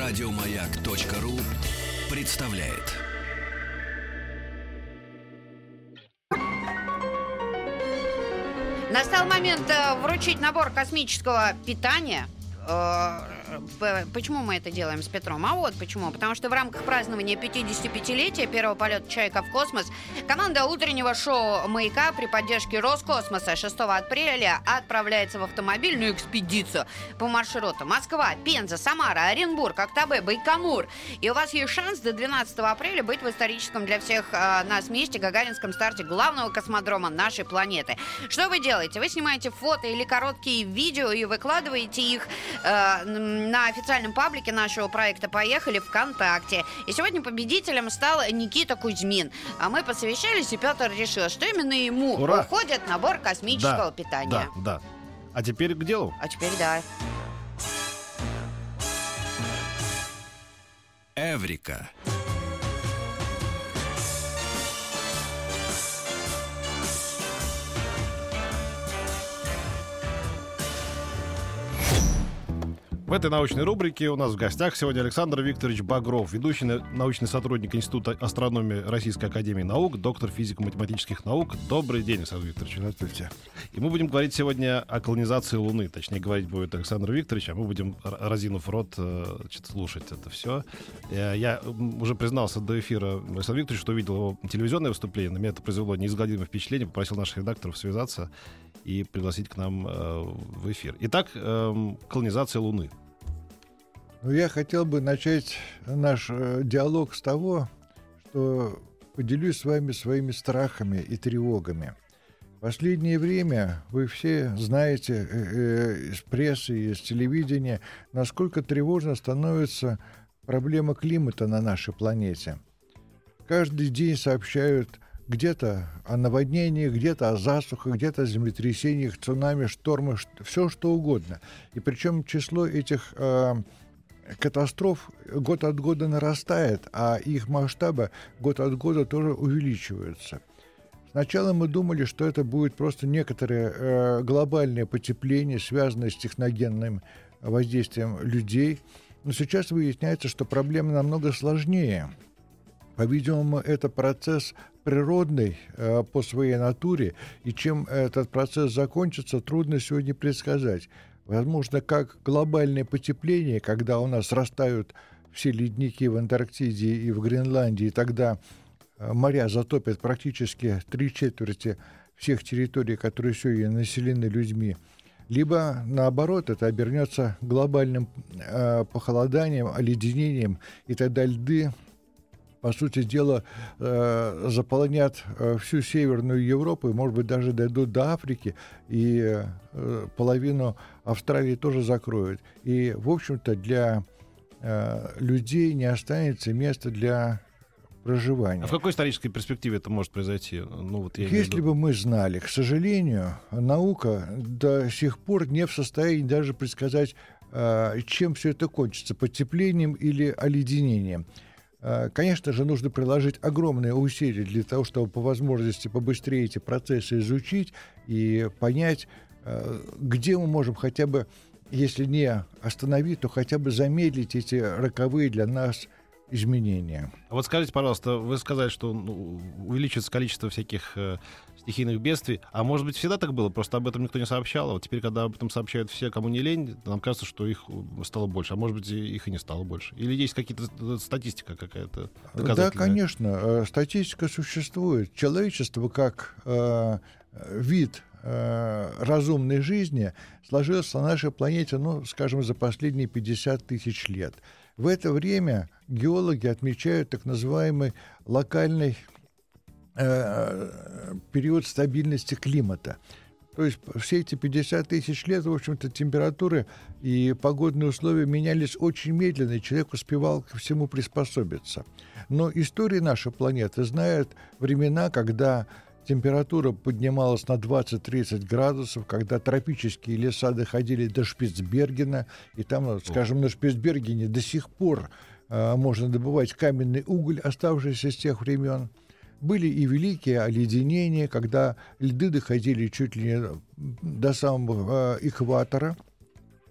Радиомаяк.ру представляет. Настал момент вручить набор космического питания. Почему мы это делаем с Петром? А вот почему. Потому что в рамках празднования 55-летия первого полета «Чайка» в космос команда утреннего шоу «Маяка» при поддержке Роскосмоса 6 апреля отправляется в автомобильную экспедицию по маршруту Москва, Пенза, Самара, Оренбург, Актобе, Байконур. И у вас есть шанс до 12 апреля быть в историческом для всех нас месте Гагаринском старте главного космодрома нашей планеты. Что вы делаете? Вы снимаете фото или короткие видео и выкладываете их на официальном паблике нашего проекта «Поехали» ВКонтакте. И сегодня победителем стал Никита Кузьмин. А мы посовещались, и Петр решил, что именно ему уходит набор космического питания. Да. А теперь к делу? А теперь да. Эврика. В этой научной рубрике у нас в гостях сегодня Александр Викторович Багров, ведущий научный сотрудник Института астрономии Российской академии наук, доктор физико-математических наук. Добрый день, Александр Викторович. Здравствуйте. И мы будем говорить сегодня о колонизации Луны. Точнее, говорить будет Александр Викторович, а мы будем, разинув рот, слушать это все. Я уже признался до эфира Александру Викторовичу, что увидел его телевизионное выступление. На меня это произвело неизгладимое впечатление. Попросил наших редакторов связаться и пригласить к нам в эфир. Итак, колонизация Луны. Я хотел бы начать наш диалог с того, что поделюсь с вами своими страхами и тревогами. В последнее время вы все знаете из прессы, из телевидения, насколько тревожно становится проблема климата на нашей планете. Каждый день сообщают где-то о наводнениях, где-то о засухах, где-то о землетрясениях, цунами, штормах, все что угодно. И причем число этих катастроф год от года нарастает, а их масштабы год от года тоже увеличиваются. Сначала мы думали, что это будет просто некоторое глобальное потепление, связанное с техногенным воздействием людей, но сейчас выясняется, что проблема намного сложнее. По-видимому, это процесс природный по своей натуре, и чем этот процесс закончится, трудно сегодня предсказать. Возможно, как глобальное потепление, когда у нас растают все ледники в Антарктиде и в Гренландии, и тогда моря затопят практически 3/4 всех территорий, которые сегодня населены людьми. Либо, наоборот, это обернется глобальным похолоданием, оледенением, и тогда льды, по сути дела, заполонят всю Северную Европу, и, может быть, даже дойдут до Африки, и половину Австралии тоже закроют. И, в общем-то, для людей не останется места для проживания. А в какой исторической перспективе это может произойти? Если бы мы знали, к сожалению, наука до сих пор не в состоянии даже предсказать, чем все это кончится, потеплением или оледенением. Конечно же, нужно приложить огромные усилия для того, чтобы по возможности побыстрее эти процессы изучить и понять, где мы можем хотя бы, если не остановить, то хотя бы замедлить эти роковые для нас изменения. А вот скажите, пожалуйста, вы сказали, что увеличится количество всяких стихийных бедствий. А может быть, всегда так было? Просто об этом никто не сообщал. А вот теперь, когда об этом сообщают все, кому не лень, нам кажется, что их стало больше. А может быть, их и не стало больше. Или есть какие-то статистика какая-то доказательная? Да, конечно. Статистика существует. Человечество как вид разумной жизни сложился на нашей планете, скажем, за последние 50 тысяч лет. В это время геологи отмечают так называемый локальный период стабильности климата. То есть все эти 50 тысяч лет, в общем-то, температуры и погодные условия менялись очень медленно, и человек успевал ко всему приспособиться. Но история нашей планеты знает времена, когда температура поднималась на 20-30 градусов, когда тропические леса доходили до Шпицбергена, и там, скажем, на Шпицбергене до сих пор можно добывать каменный уголь, оставшийся с тех времен. Были и великие оледенения, когда льды доходили чуть ли не до самого экватора.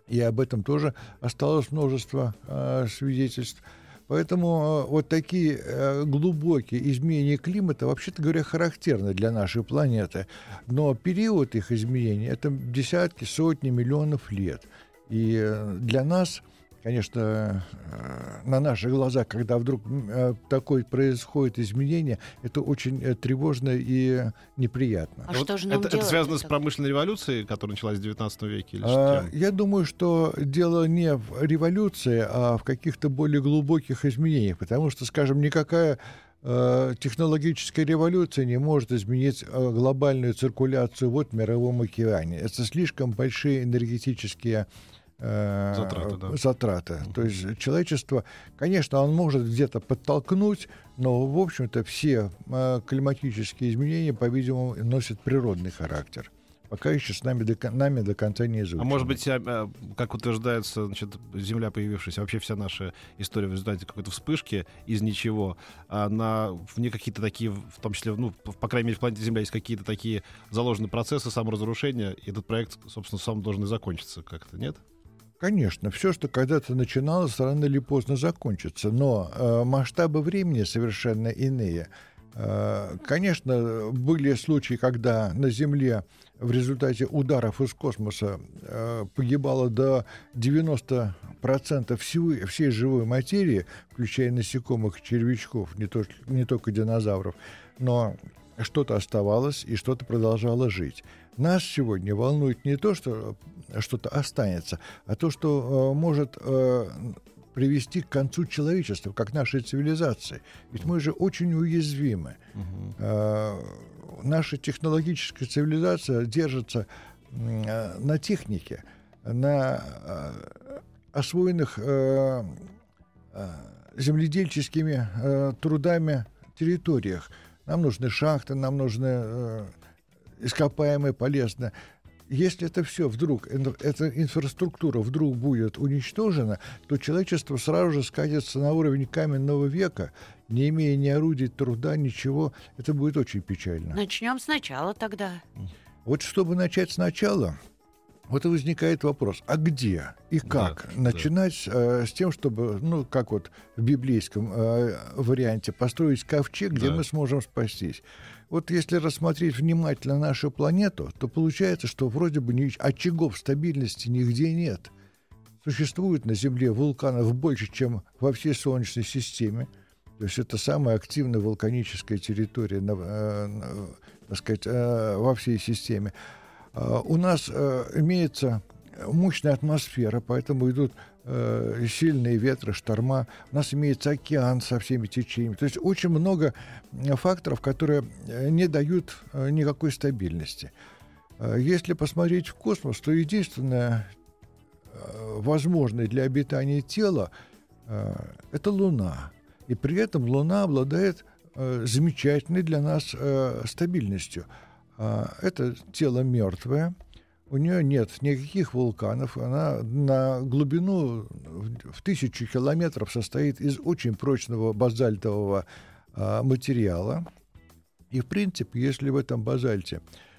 И об этом тоже осталось множество свидетельств. Поэтому вот такие глубокие изменения климата, вообще-то говоря, характерны для нашей планеты. Но период их изменений — это десятки, сотни миллионов лет. И для нас, конечно, на наших глазах, когда вдруг такое происходит изменение, это очень тревожно и неприятно. А что же нам делать? Это связано с промышленной революцией, которая началась в 19 веке? Или что? Я думаю, что дело не в революции, а в каких-то более глубоких изменениях. Потому что, скажем, никакая технологическая революция не может изменить глобальную циркуляцию в мировом океане. Это слишком большие энергетические затраты. То есть человечество, конечно, он может где-то подтолкнуть, но, в общем-то, все климатические изменения, по-видимому, носят природный характер. Пока еще с нами до конца не изучено. А может быть, как утверждается, значит, Земля появившаяся, вообще вся наша история в результате какой-то вспышки из ничего, в ней какие-то такие, в том числе, по крайней мере, в планете Земля есть какие-то такие заложенные процессы саморазрушения, и этот проект, собственно, сам должен и закончиться как-то, нет? Конечно, все, что когда-то начиналось, рано или поздно закончится, но масштабы времени совершенно иные. Конечно, были случаи, когда на Земле в результате ударов из космоса погибало до 90% всей живой материи, включая насекомых, червячков, не только динозавров, но что-то оставалось и что-то продолжало жить. Нас сегодня волнует не то, что что-то останется, а то, что может привести к концу человечества, как нашей цивилизации. Ведь мы же очень уязвимы. Наша технологическая цивилизация держится на технике, на освоенных земледельческими трудами территориях. Нам нужны шахты, нам нужны ископаемые полезные. Если это все вдруг, эта инфраструктура вдруг будет уничтожена, то человечество сразу же скатится на уровень каменного века, не имея ни орудий труда, ничего. Это будет очень печально. Начнем сначала тогда. Вот чтобы начать сначала, вот и возникает вопрос, а где и как начинать с тем, чтобы, как вот в библейском варианте, построить ковчег, где мы сможем спастись. Вот если рассмотреть внимательно нашу планету, то получается, что вроде бы очагов стабильности нигде нет. Существует на Земле вулканов больше, чем во всей Солнечной системе. То есть это самая активная вулканическая территория, так сказать, во всей системе. У нас имеется мощная атмосфера, поэтому идут сильные ветры, шторма. У нас имеется океан со всеми течениями. То есть очень много факторов, которые не дают никакой стабильности. Если посмотреть в космос, то единственное возможное для обитания тело — это Луна. И при этом Луна обладает замечательной для нас стабильностью. Это тело мертвое, у нее нет никаких вулканов, она на глубину в 1000 километров состоит из очень прочного базальтового материала. И, в принципе, если в этом базальте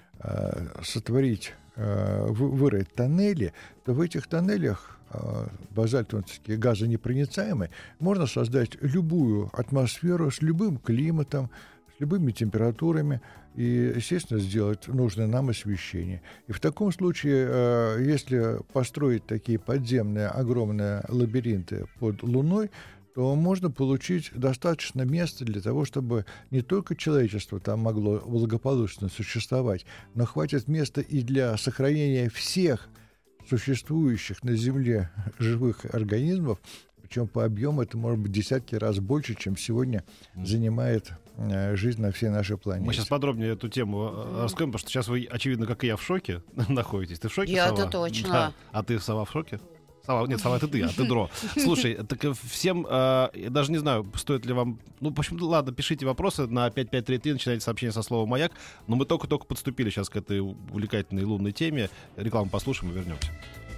вырыть тоннели, то в этих тоннелях базальтовые газонепроницаемые можно создать любую атмосферу с любым климатом, с любыми температурами и, естественно, сделать нужное нам освещение. И в таком случае, если построить такие подземные огромные лабиринты под Луной, то можно получить достаточно места для того, чтобы не только человечество там могло благополучно существовать, но хватит места и для сохранения всех существующих на Земле живых организмов, причем по объему это может быть десятки раз больше, чем сегодня занимает жизнь на всей нашей планете. Мы сейчас подробнее эту тему раскроем, потому что сейчас вы, очевидно, как и я, в шоке находитесь. Ты в шоке, Сова? Я-то точно. Да. А ты, Сова, в шоке? Нет, Сова, это ты, а ты Дро. Слушай, так всем, я даже не знаю, стоит ли вам... в общем, ладно, пишите вопросы на 5533, начинайте сообщение со слова «Маяк». Но мы только-только подступили сейчас к этой увлекательной лунной теме. Рекламу послушаем и вернемся.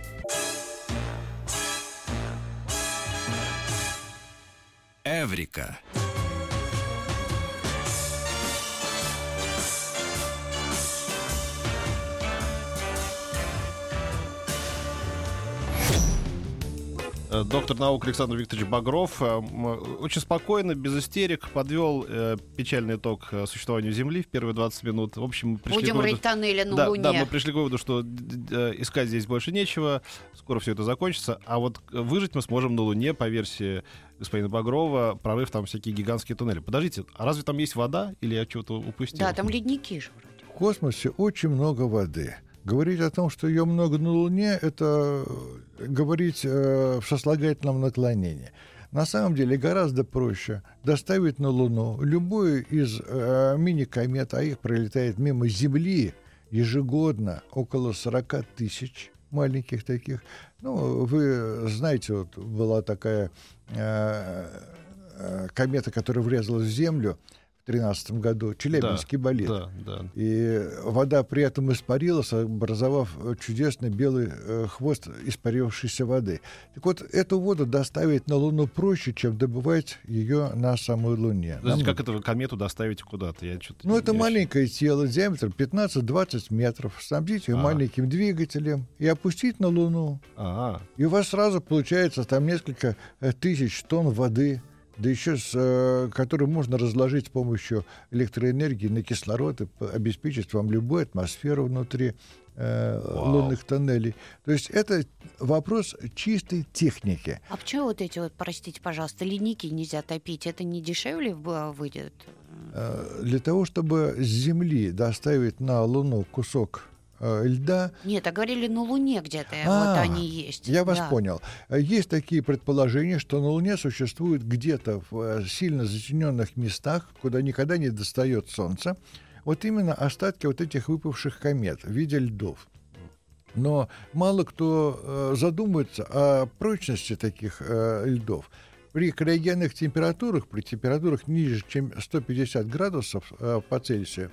Эврика. Доктор наук Александр Викторович Багров очень спокойно, без истерик подвел печальный итог существованию Земли в первые 20 минут. В общем, мы пришли Будем рыть тоннели на Луне. Да, мы пришли к выводу, что искать здесь больше нечего, скоро все это закончится, а вот выжить мы сможем на Луне, по версии господина Багрова, прорыв там всякие гигантские туннели. Подождите, а разве там есть вода, или я что-то упустил? Да, там ледники же вроде. В космосе очень много воды. Говорить о том, что ее много на Луне, это говорить в сослагательном наклонении. На самом деле гораздо проще доставить на Луну любую из мини-комет, а их пролетает мимо Земли ежегодно около 40 тысяч маленьких таких. Ну, вы знаете, вот была такая комета, которая врезалась в Землю в 2013 году, Челябинский болид. Да. И вода при этом испарилась, образовав чудесный белый хвост испарившейся воды. Так вот, эту воду доставить на Луну проще, чем добывать ее на самой Луне. Знаете, как эту комету доставить куда-то? Это маленькое тело, диаметр 15-20 метров, снабдить ее маленьким двигателем и опустить на Луну. И у вас сразу получается там несколько тысяч тонн воды, да еще которую можно разложить с помощью электроэнергии на кислород и обеспечить вам любую атмосферу внутри лунных тоннелей. То есть это вопрос чистой техники. А почему вот эти вот, простите, пожалуйста, ледники нельзя топить? Это не дешевле выйдет? Для того, чтобы с Земли доставить на Луну кусок льда... Нет, а говорили, на Луне где-то вот они есть. Я вас понял. Есть такие предположения, что на Луне существует где-то в сильно затененных местах, куда никогда не достает Солнце, вот именно остатки вот этих выпавших комет в виде льдов. Но мало кто задумывается о прочности таких льдов. При криогенных температурах, при температурах ниже, чем 150 градусов по Цельсию,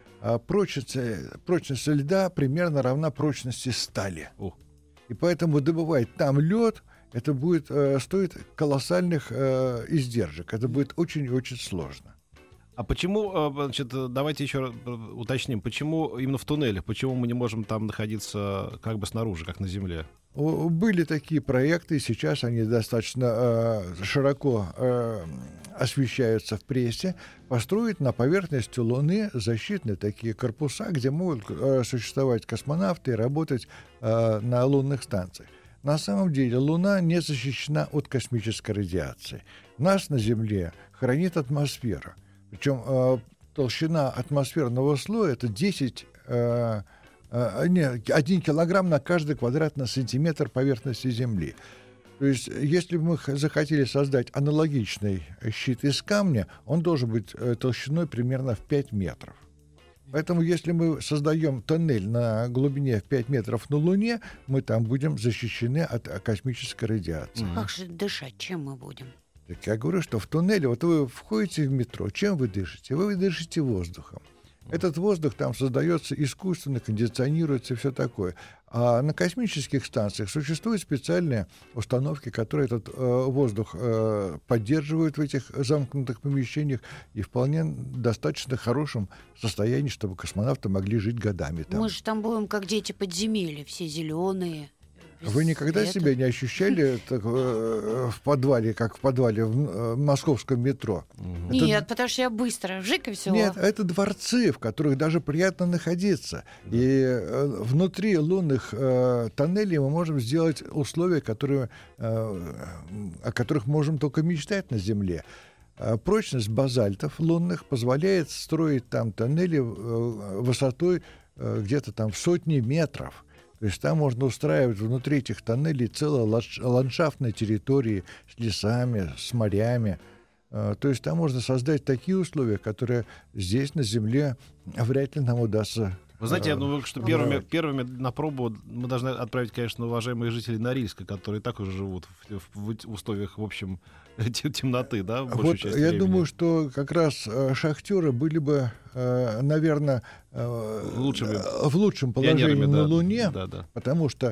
прочность льда примерно равна прочности стали. И поэтому добывать там лед, это будет стоить колоссальных издержек. Это будет очень и очень сложно. А почему, значит, давайте еще уточним, почему именно в туннелях, почему мы не можем там находиться как бы снаружи, как на Земле? Были такие проекты, и сейчас они достаточно широко освещаются в прессе, построить на поверхности Луны защитные такие корпуса, где могут существовать космонавты и работать на лунных станциях. На самом деле Луна не защищена от космической радиации. Нас на Земле хранит атмосфера. Причем толщина атмосферного слоя — это 1 килограмм на каждый квадратный сантиметр поверхности Земли. То есть, если бы мы захотели создать аналогичный щит из камня, он должен быть толщиной примерно в 5 метров. Поэтому, если мы создаем тоннель на глубине в 5 метров на Луне, мы там будем защищены от космической радиации. Как же дышать? Чем мы будем? Так я говорю, что в туннеле, вот вы входите в метро, чем вы дышите? Вы дышите воздухом. Этот воздух там создается искусственно, кондиционируется и все такое. А на космических станциях существуют специальные установки, которые этот воздух поддерживают в этих замкнутых помещениях и вполне достаточно хорошем состоянии, чтобы космонавты могли жить годами там. Мы же там будем как дети подземелья, все зеленые. Вы никогда себя не ощущали в подвале, как в подвале в московском метро? Нет, потому что я быстро, вжик и все. Нет, это дворцы, в которых даже приятно находиться. И внутри лунных тоннелей мы можем сделать условия, о которых можем только мечтать на Земле. Прочность базальтов лунных позволяет строить там тоннели высотой где-то там в сотни метров. То есть там можно устраивать внутри этих тоннелей целые ландшафтные территории с лесами, с морями. То есть там можно создать такие условия, которые здесь, на Земле, вряд ли нам удастся. Вы знаете, я думаю, что первыми на пробу мы должны отправить, конечно, уважаемых жителей Норильска, которые так уже живут в условиях, в общем, темноты, да, большую часть времени. Я думаю, что как раз шахтеры были бы, наверное, в лучшем положении на Луне, потому что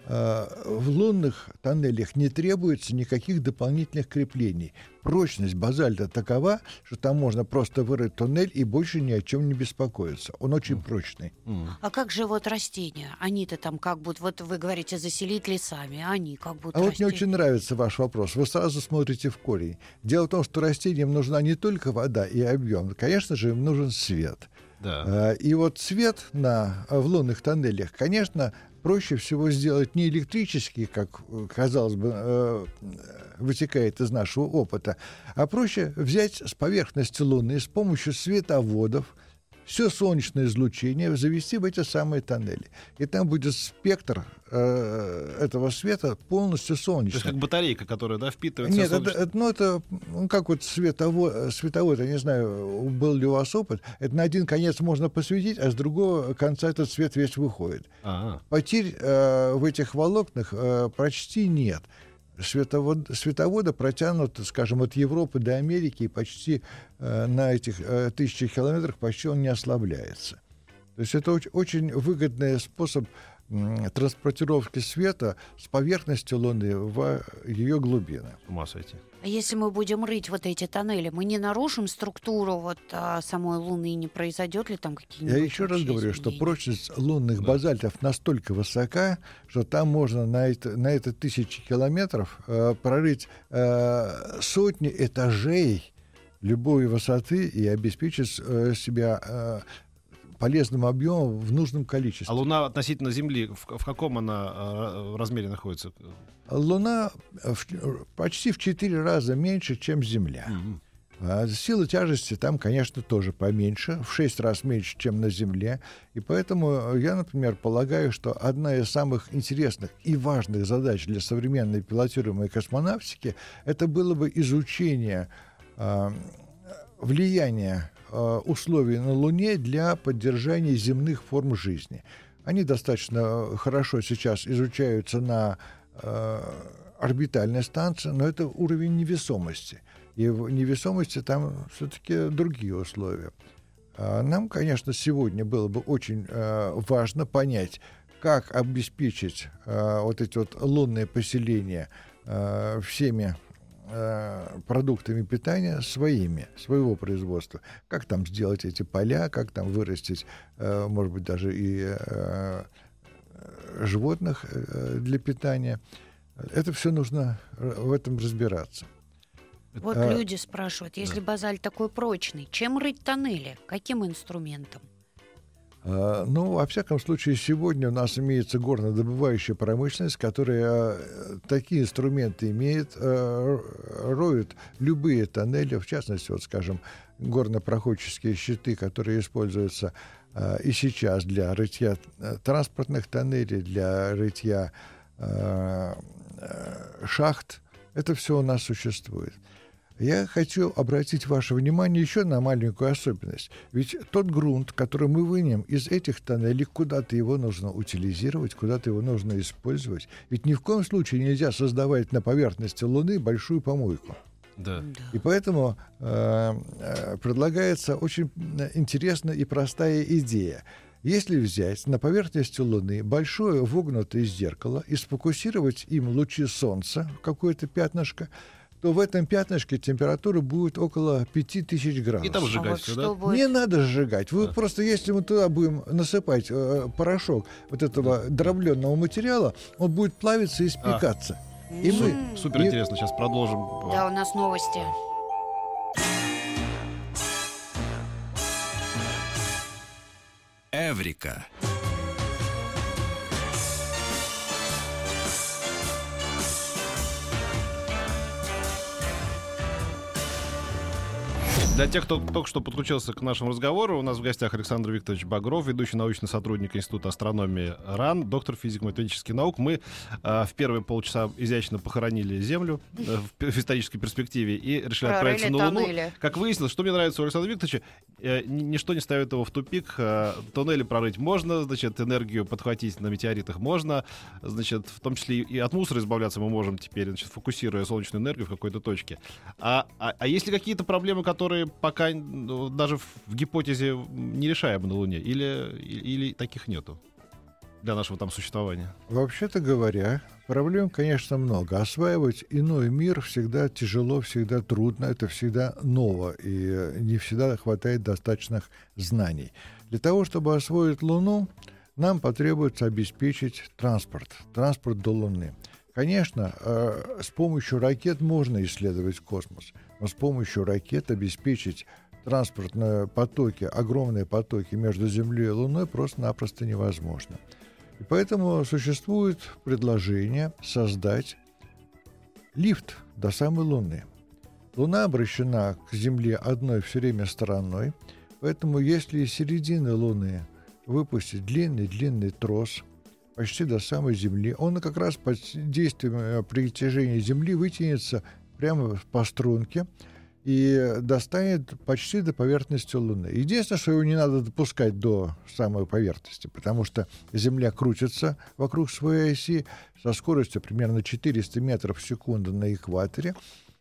в лунных тоннелях не требуется никаких дополнительных креплений. Прочность базальта такова, что там можно просто вырыть туннель и больше ни о чем не беспокоиться. Он очень прочный. А как же вот растения? Они-то там как будут, вот вы говорите, заселить лесами, а они как будут А вот расти? мне очень нравится ваш вопрос. Вы сразу смотрите в корень. Дело в том, что растениям нужна не только вода и объем. Конечно же, им нужен свет. Да. И вот свет в лунных тоннелях, конечно, проще всего сделать не электрический, как, казалось бы, вытекает из нашего опыта, а проще взять с поверхности Луны с помощью световодов все солнечное излучение завести в эти самые тоннели. И там будет спектр этого света полностью То есть солнечный. как батарейка, которая, да, впитывает Нет, всё солнечное. это как вот световод, я не знаю, был ли у вас опыт, это на один конец можно посветить, а с другого конца этот свет весь выходит. Ага. Потерь в этих волокнах почти нет. Световоды протянуты, скажем, от Европы до Америки, и почти на этих 1000 километрах почти он не ослабляется. То есть это очень выгодный способ транспортировки света с поверхности Луны в ее глубины. С ума сойти. А если мы будем рыть вот эти тоннели, мы не нарушим структуру самой Луны, не произойдет ли там какие-нибудь Я еще раз вообще говорю, что изменения? прочность лунных базальтов настолько высока, что там можно на это 1000 километров прорыть сотни этажей любой высоты и обеспечить себя полезным объемом в нужном количестве. А Луна относительно Земли, в каком она размере находится? Луна почти в 4 раза меньше, чем Земля. А сила тяжести там, конечно, тоже поменьше, в 6 раз меньше, чем на Земле. И поэтому я, например, полагаю, что одна из самых интересных и важных задач для современной пилотируемой космонавтики это было бы изучение влияния условий на Луне для поддержания земных форм жизни. Они достаточно хорошо сейчас изучаются на орбитальной станции, но это уровень невесомости. И в невесомости там все-таки другие условия. Нам, конечно, сегодня было бы очень важно понять, как обеспечить вот эти вот лунные поселения всеми продуктами питания своего производства. Как там сделать эти поля, как там вырастить, может быть, даже и животных для питания. Это все нужно в этом разбираться. Вот люди спрашивают, если базальт такой прочный, чем рыть тоннели? Каким инструментом? Ну, во всяком случае, сегодня у нас имеется горнодобывающая промышленность, которая такие инструменты имеет, роют любые тоннели, в частности, вот, скажем, горнопроходческие щиты, которые используются и сейчас для рытья транспортных тоннелей, для рытья шахт. Это все у нас существует. Я хочу обратить ваше внимание еще на маленькую особенность. Ведь тот грунт, который мы вынем из этих тоннелей, куда-то его нужно утилизировать, куда-то его нужно использовать. Ведь ни в коем случае нельзя создавать на поверхности Луны большую помойку. Да. И поэтому предлагается очень интересная и простая идея. Если взять на поверхности Луны большое вогнутое зеркало и сфокусировать им лучи Солнца в какое-то пятнышко, то в этом пятнышке температура будет около 5000 градусов. И там сжигать все, да? Не надо сжигать. Вы просто, если мы туда будем насыпать порошок вот этого дробленного материала, он будет плавиться и спекаться. И мы... Супер интересно, сейчас продолжим. Да, у нас новости. Эврика. Для тех, кто только что подключился к нашему разговору, у нас в гостях Александр Викторович Багров, ведущий научный сотрудник Института астрономии РАН, доктор физико-математических наук. Мы в первые полчаса изящно похоронили Землю в исторической перспективе и решили отправиться на Луну. Тоннели. Как выяснилось, что мне нравится у Александра Викторовича, ничто не ставит его в тупик. Туннели прорыть можно, значит, энергию подхватить на метеоритах можно, значит, в том числе и от мусора избавляться мы можем теперь, значит, фокусируя солнечную энергию в какой-то точке. А есть ли какие-то проблемы, которые пока даже в гипотезе нерешаемы на Луне? Или таких нету? для нашего там существования? Вообще-то говоря, проблем, конечно, много. Осваивать иной мир всегда тяжело, всегда трудно, это всегда ново, и не всегда хватает достаточных знаний. Для того, чтобы освоить Луну, нам потребуется обеспечить транспорт до Луны. Конечно, с помощью ракет можно исследовать космос, но с помощью ракет обеспечить транспортные потоки, огромные потоки между Землей и Луной просто-напросто невозможно. И поэтому существует предложение создать лифт до самой Луны. Луна обращена к Земле одной все время стороной, поэтому если из середины Луны выпустить длинный трос почти до самой Земли, он как раз под действием притяжения Земли вытянется прямо по струнке и достанет почти до поверхности Луны. Единственное, что его не надо допускать до самой поверхности, потому что Земля крутится вокруг своей оси со скоростью примерно 400 метров в секунду на экваторе,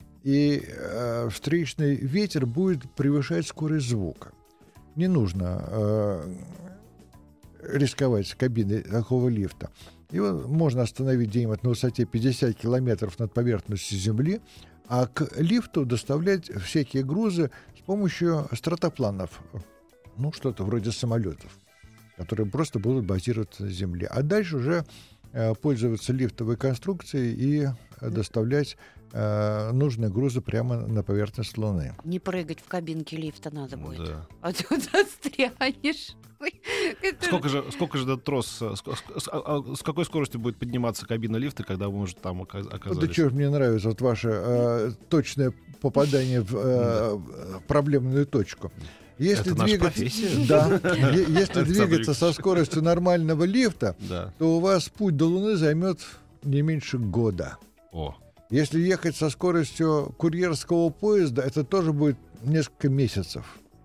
и встречный ветер будет превышать скорость звука. Не нужно рисковать с кабиной такого лифта. Его можно остановить где-нибудь на высоте 50 километров над поверхностью Земли, а к лифту доставлять всякие грузы с помощью стратопланов. Ну, что-то вроде самолетов, которые просто будут базироваться на Земле. А дальше уже пользоваться лифтовой конструкцией и доставлять нужные грузы прямо на поверхность Луны. Не прыгать в кабинке лифта надо будет. Да. А тут застрянешь. Сколько же этот трос, с какой скоростью будет подниматься кабина лифта, когда мы уже там оказались? Да чего мне нравится вот ваше точное попадание в проблемную точку. Если это двигаться, наша профессия. Да, если двигаться со скоростью нормального лифта, то у вас путь до Луны займет не меньше года. О. Если ехать со скоростью курьерского поезда, это тоже будет несколько месяцев.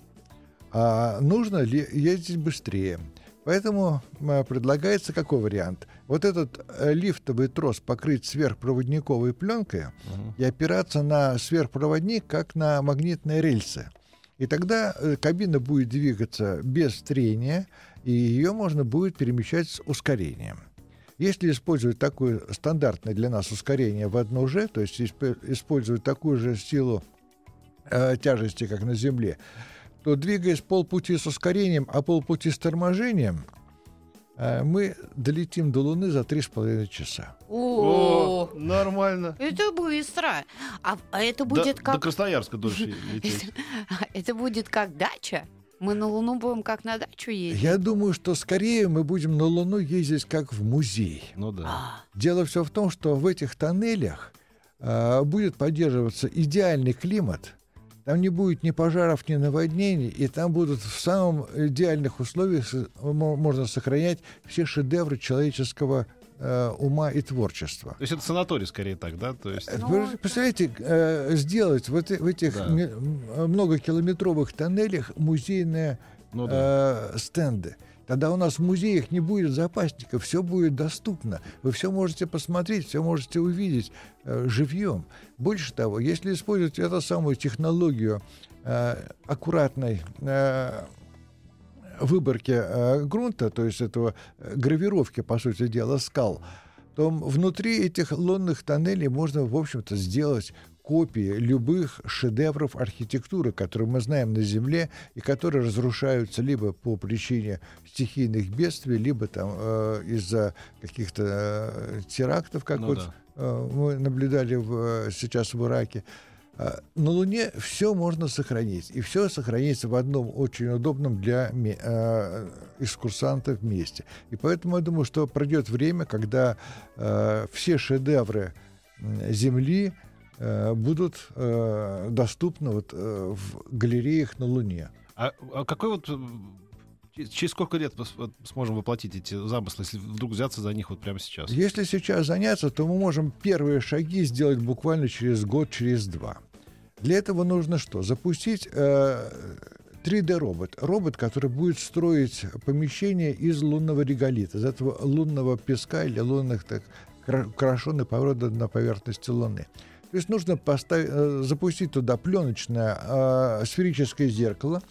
А нужно ездить быстрее. Поэтому предлагается какой вариант? Вот этот лифтовый трос покрыть сверхпроводниковой пленкой и опираться на сверхпроводник, как на магнитные рельсы. И тогда кабина будет двигаться без трения, и ее можно будет перемещать с ускорением. Если использовать такое стандартное для нас ускорение в 1G, то есть использовать такую же силу тяжести, как на Земле, то, двигаясь полпути с ускорением, а полпути с торможением, мы долетим до Луны за 3,5 часа. О, нормально. это быстро. А это будет как... До Красноярска дольше лететь. Это будет как дача? Мы на Луну будем как на дачу ездить? Я думаю, что скорее мы будем на Луну ездить как в музей. Ну да. Дело все в том, что в этих тоннелях будет поддерживаться идеальный климат. Там не будет ни пожаров, ни наводнений, и там будут в самых идеальных условиях можно сохранять все шедевры человеческого ума и творчества. То есть это санаторий скорее так, да? То есть... Вы представляете, сделать в этих многокилометровых тоннелях музейные стенды. Тогда у нас в музеях не будет запасников, все будет доступно. Вы все можете посмотреть, все можете увидеть живьем. Больше того, если использовать эту самую технологию аккуратной выборки грунта, то есть этого гравировки, по сути дела, скал, то внутри этих лунных тоннелей можно, в общем-то, сделать копии любых шедевров архитектуры, которые мы знаем на Земле и которые разрушаются либо по причине стихийных бедствий, либо там из-за каких-то терактов, как мы наблюдали сейчас в Ираке. На Луне все можно сохранить, и все сохранится в одном очень удобном для экскурсантов месте. И поэтому я думаю, что пройдет время, когда все шедевры Земли будут доступны в галереях на Луне. А какой через сколько лет мы сможем воплотить эти замыслы, если вдруг взяться за них вот прямо сейчас? Если сейчас заняться, то мы можем первые шаги сделать буквально через год, через два. Для этого нужно что? Запустить 3D-робот. Робот, который будет строить помещение из лунного реголита, из этого лунного песка или лунных крашеных породы на поверхности Луны. То есть нужно запустить туда пленочное сферическое зеркало,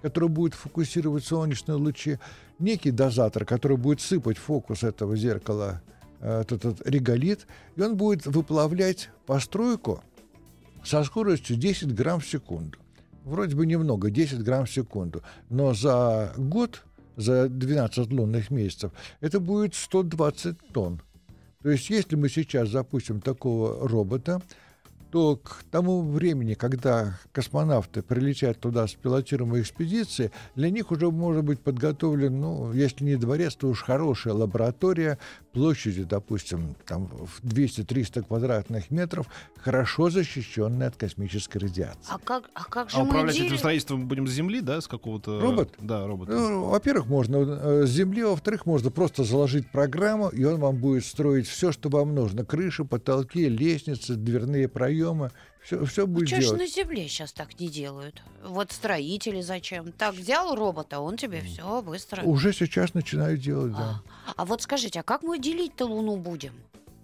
который будет фокусировать солнечные лучи, некий дозатор, который будет сыпать в фокус этого зеркала этот реголит, и он будет выплавлять постройку со скоростью 10 грамм в секунду. Вроде бы немного, 10 грамм в секунду. Но за год, за 12 лунных месяцев, это будет 120 тонн. То есть если мы сейчас запустим такого робота, то к тому времени, когда космонавты прилетят туда с пилотируемой экспедицией, для них уже может быть подготовлен, ну, если не дворец, то уж хорошая лаборатория площадью, допустим, там, в 200-300 квадратных метров, хорошо защищенная от космической радиации. А как же мы управлять этим строительством будем с Земли, да, с какого-то... Робот? Да, робот. Ну, во-первых, можно с Земли, во-вторых, можно просто заложить программу, и он вам будет строить все, что вам нужно. Крыши, потолки, лестницы, дверные проемы. Все будет делать. делать. На Земле сейчас так не делают? Вот строители зачем? Так взял робота, он тебе все быстро... Уже сейчас начинают делать, да. А вот скажите, а как мы делить-то Луну будем?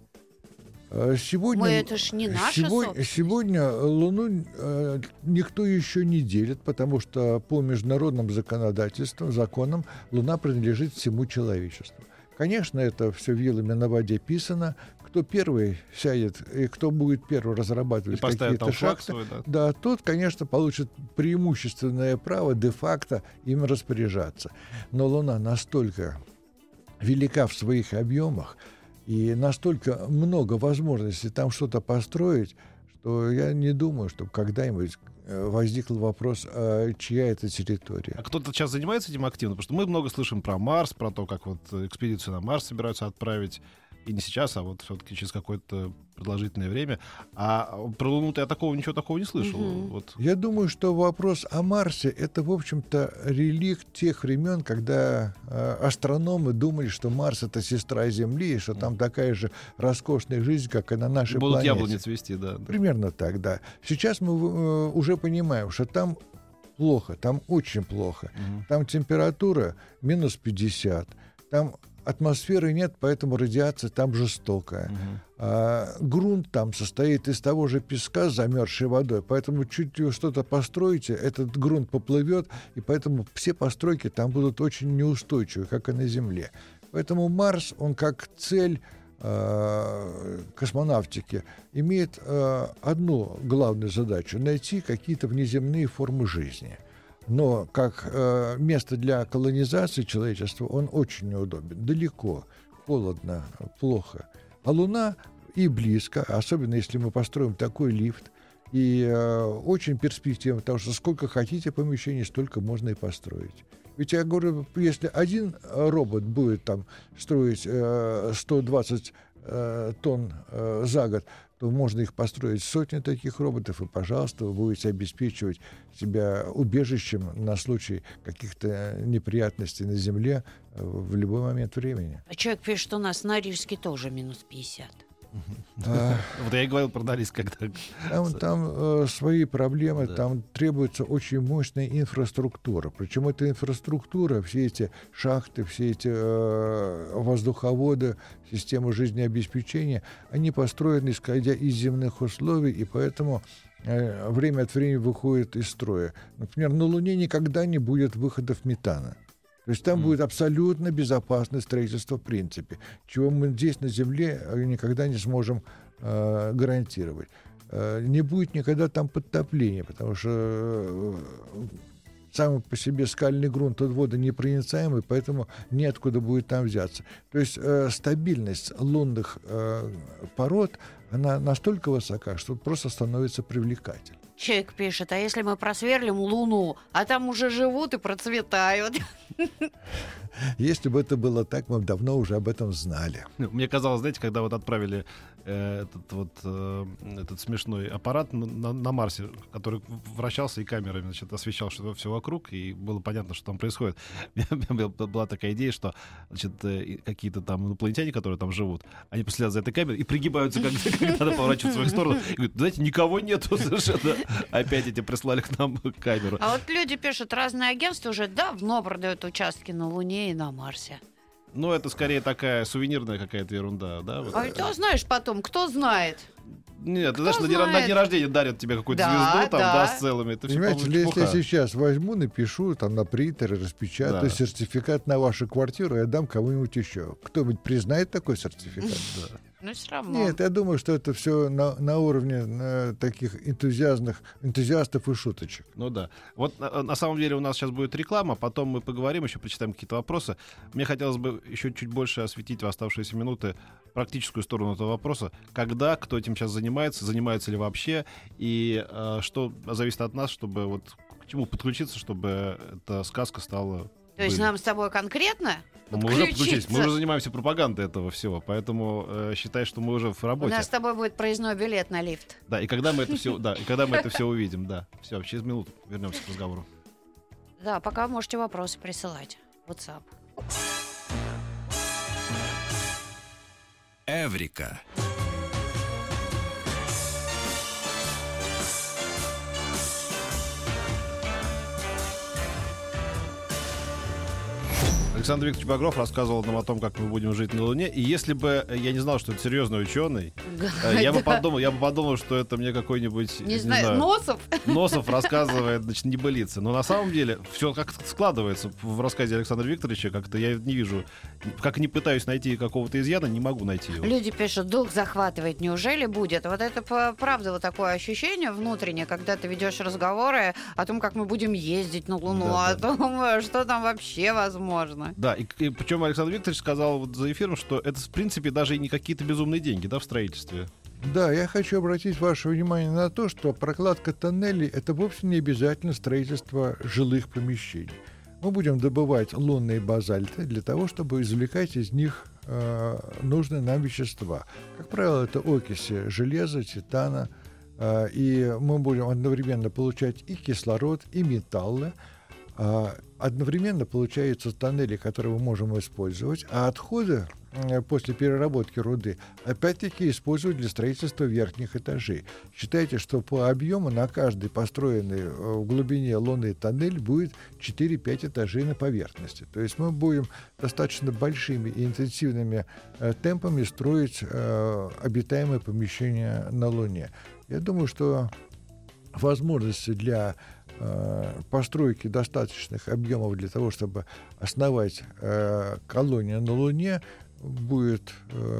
Сегодня, это ж не наша собственность. Сегодня Луну никто еще не делит, потому что по международным законодательствам, законам, Луна принадлежит всему человечеству. Конечно, это все вилами на воде писано. Кто первый сядет и кто будет первый разрабатывать какие-то шахты, да, тот, конечно, получит преимущественное право де-факто им распоряжаться. Но Луна настолько велика в своих объемах и настолько много возможностей там что-то построить, что я не думаю, что когда-нибудь возник вопрос, чья это территория. А кто-то сейчас занимается этим активно? Потому что мы много слышим про Марс, про то, как вот экспедицию на Марс собираются отправить. И не сейчас, а вот все-таки через какое-то продолжительное время. А про Луну-то я ничего такого не слышал. Вот. Я думаю, что вопрос о Марсе — это, в общем-то, реликт тех времен, когда астрономы думали, что Марс — это сестра Земли, и что там такая же роскошная жизнь, как и на нашей планете. Будут яблони цвести, да. Примерно так, да. Сейчас мы уже понимаем, что там плохо, там очень плохо. Там температура минус 50, там атмосферы нет, поэтому радиация там жестокая. Грунт там состоит из того же песка с замерзшей водой, поэтому чуть что-то построите, этот грунт поплывет, и поэтому все постройки там будут очень неустойчивы, как и на Земле. Поэтому Марс, он как цель космонавтики имеет одну главную задачу — найти какие-то внеземные формы жизни. Но как место для колонизации человечества он очень неудобен. Далеко, холодно, плохо. А Луна и близко, особенно если мы построим такой лифт, и очень перспективно, потому что сколько хотите помещений, столько можно и построить. Ведь я говорю, если один робот будет там строить 120 тонн за год, то можно их построить сотни таких роботов, и, пожалуйста, вы будете обеспечивать себя убежищем на случай каких-то неприятностей на Земле в любой момент времени. А человек пишет, что у нас на Рижске тоже минус 50. Вот я и говорил про Норильск, когда... Там свои проблемы, там требуется очень мощная инфраструктура. Причем эта инфраструктура, все эти шахты, все эти воздуховоды, системы жизнеобеспечения, они построены, исходя из земных условий, и поэтому время от времени выходят из строя. Например, на Луне никогда не будет выходов метана. То есть там будет абсолютно безопасное строительство в принципе, чего мы здесь на Земле никогда не сможем гарантировать. Не будет никогда там подтопления, потому что сам по себе скальный грунт от воды непроницаемый, поэтому неоткуда будет там взяться. То есть стабильность лунных пород, она настолько высока, что просто становится привлекательной. Человек пишет, а если мы просверлим Луну, а там уже живут и процветают? Если бы это было так, мы давно уже об этом знали. Мне казалось, знаете, когда вот отправили этот смешной аппарат на Марсе, который вращался и камерами, значит, освещал все вокруг, и было понятно, что там происходит. У меня была такая идея, что, значит, какие-то там инопланетяне, которые там живут, они последят за этой камерой и пригибаются, когда надо поворачивать в свою сторону. И говорят, знаете, никого нету совершенно. Опять эти прислали к нам камеру. А вот люди пишут, разные агентства уже давно продают участки на Луне и на Марсе. Ну, это скорее такая сувенирная какая-то ерунда, да? А кто знаешь потом, кто знает? Нет, ты знаешь, на знает? день рождения дарят тебе какую-то Да, звезду там, да. да, с целыми. Это все, Понимаете, по-моему, если я чепуха. сейчас возьму, напишу там на принтере, распечатаю Да. сертификат на вашу квартиру и отдам кому-нибудь еще. Кто-нибудь признает такой сертификат? Ну, все равно. Нет, я думаю, что это все на уровне таких энтузиастов и шуточек. Ну да. Вот на самом деле у нас сейчас будет реклама, потом мы поговорим, еще прочитаем какие-то вопросы. Мне хотелось бы еще чуть больше осветить в оставшиеся минуты практическую сторону этого вопроса. Когда, кто этим сейчас занимается ли вообще, и что зависит от нас, чтобы вот к чему подключиться, чтобы эта сказка стала... То есть былью. нам с тобой конкретно Мы уже подключились, подключиться? мы уже занимаемся пропагандой этого всего, поэтому считай, что мы уже в У работе. нас с тобой будет проездной билет на лифт. Да, и когда мы это все, увидим, да. Все, через минуту вернемся к разговору. Да, пока можете вопросы присылать. WhatsApp. Эврика. Александр Викторович Багров рассказывал нам о том, как мы будем жить на Луне. И если бы я не знал, что это серьезный ученый, я бы подумал, что это мне какой-нибудь, Не знаю, Носов? Носов рассказывает, значит, небылицы. Но на самом деле все как складывается в рассказе Александра Викторовича. Как-то я не вижу, как не пытаюсь найти какого-то изъяна, не могу найти его. Люди пишут, дух захватывает, неужели будет? Вот это правда вот такое ощущение внутреннее, когда ты ведешь разговоры о том, как мы будем ездить на Луну, Да, о том, что там вообще возможно. Да, и причем Александр Викторович сказал вот за эфиром, что это, в принципе, даже и не какие-то безумные деньги, да, в строительстве. Да, я хочу обратить ваше внимание на то, что прокладка тоннелей — это вовсе не обязательно строительство жилых помещений. Мы будем добывать лунные базальты для того, чтобы извлекать из них нужные нам вещества. Как правило, это окиси железа, титана, и мы будем одновременно получать и кислород, и металлы. Одновременно получаются тоннели, которые мы можем использовать, а отходы после переработки руды опять-таки используют для строительства верхних этажей. Считайте, что по объему на каждый построенный в глубине Луны тоннель будет 4-5 этажей на поверхности. То есть мы будем достаточно большими и интенсивными темпами строить обитаемые помещения на Луне. Я думаю, что возможности для постройки достаточных объемов для того, чтобы основать колонию на Луне, будет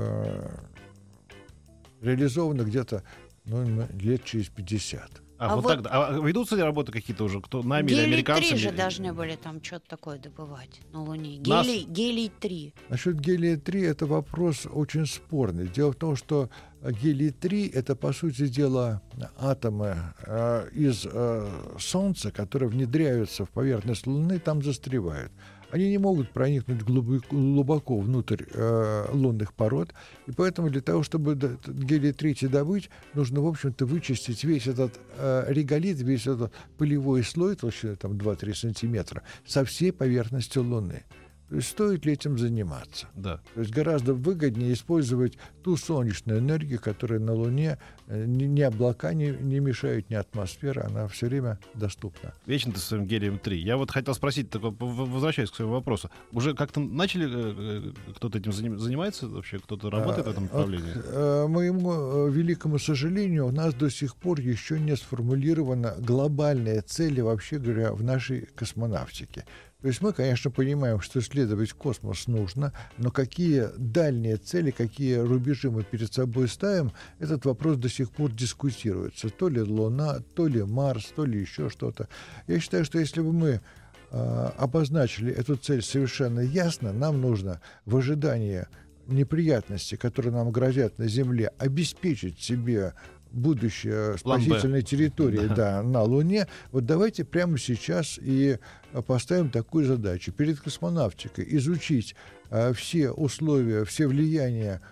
реализовано где-то лет через 50. Вот так. А ведутся ли работы какие-то уже? Кто, нами или американцами? Гелий-3 же должны были там что-то такое добывать на Луне. Нас- Гелий-3. Насчет гелия-3 это вопрос очень спорный. Дело в том, что гелий-3 это, по сути дела, атомы из Солнца, которые внедряются в поверхность Луны, там застревают. Они не могут проникнуть глубоко внутрь лунных пород, и поэтому для того, чтобы гелий-3 добыть, нужно, в общем-то, вычистить весь этот реголит, весь этот пылевой слой толщиной 2-3 сантиметра со всей поверхности Луны. То есть стоит ли этим заниматься? Да. То есть гораздо выгоднее использовать ту солнечную энергию, которая на Луне ни облака не мешают, ни атмосфера, она все время доступна. Вечно ты с своим гелием-3. Я вот хотел спросить, возвращаясь к своему вопросу, уже как-то начали, кто-то этим занимается вообще, кто-то работает в этом направлении? К моему великому сожалению, у нас до сих пор еще не сформулирована глобальная цель, вообще говоря, в нашей космонавтике. То есть мы, конечно, понимаем, что исследовать космос нужно, но какие дальние цели, какие рубежи мы перед собой ставим, этот вопрос до сих пор дискутируется. То ли Луна, то ли Марс, то ли еще что-то. Я считаю, что если бы мы обозначили эту цель совершенно ясно, нам нужно в ожидании неприятностей, которые нам грозят на Земле, обеспечить себе будущее спасительной территории на Луне. Вот давайте прямо сейчас и поставим такую задачу перед космонавтикой: изучить все условия, все влияния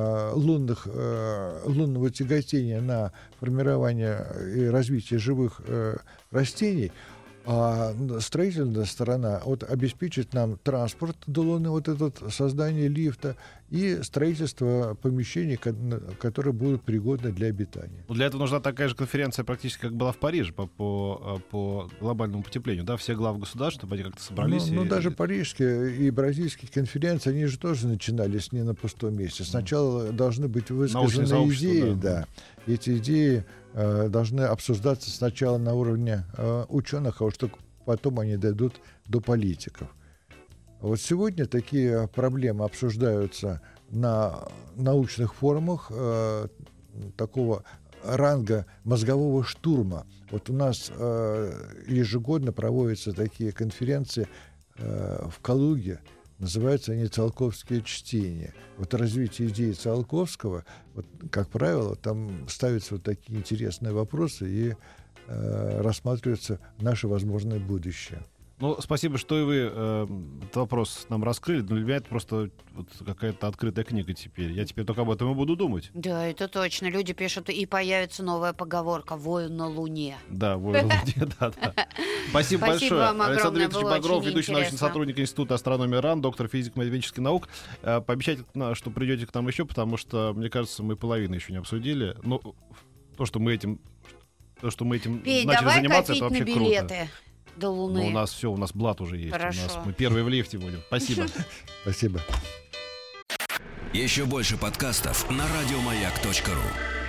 лунного тяготения на формирование и развитие живых растений, А строительная сторона обеспечит нам транспорт до Луны, создание лифта и строительство помещений, которые будут пригодны для обитания. Для этого нужна такая же конференция практически, как была в Париже по глобальному потеплению. Да, все главы государств, чтобы они как-то собрались. Даже парижские и бразильские конференции, они же тоже начинались не на пустом месте. Сначала должны быть высказаны идеи, да. Эти идеи должны обсуждаться сначала на уровне ученых, а уж только потом они дойдут до политиков. Вот сегодня такие проблемы обсуждаются на научных форумах такого ранга мозгового штурма. Вот у нас ежегодно проводятся такие конференции в Калуге. Называются они «Циолковские чтения». Вот развитие идеи Циолковского, как правило, там ставятся такие интересные вопросы и рассматривается наше возможное будущее. Спасибо, что и вы этот вопрос нам раскрыли. Для меня это просто какая-то открытая книга теперь. Я теперь только об этом и буду думать. Да, это точно. Люди пишут, и появится новая поговорка «Воин на Луне». Да, «Воин на Луне», да. Спасибо большое. Вам Александр огромное, Викторович Багров, ведущий научный интересно. сотрудник Института астрономии РАН, доктор физико-математических наук. Пообещайте, что придете к нам еще, потому что, мне кажется, мы половину еще не обсудили. То, что мы этим Петь, начали давай заниматься, копить это вообще на круто. билеты до Луны. У нас блат уже есть. Хорошо. Мы первые в лифте будем. Спасибо. Спасибо. Еще больше подкастов на радиомаяк.ру.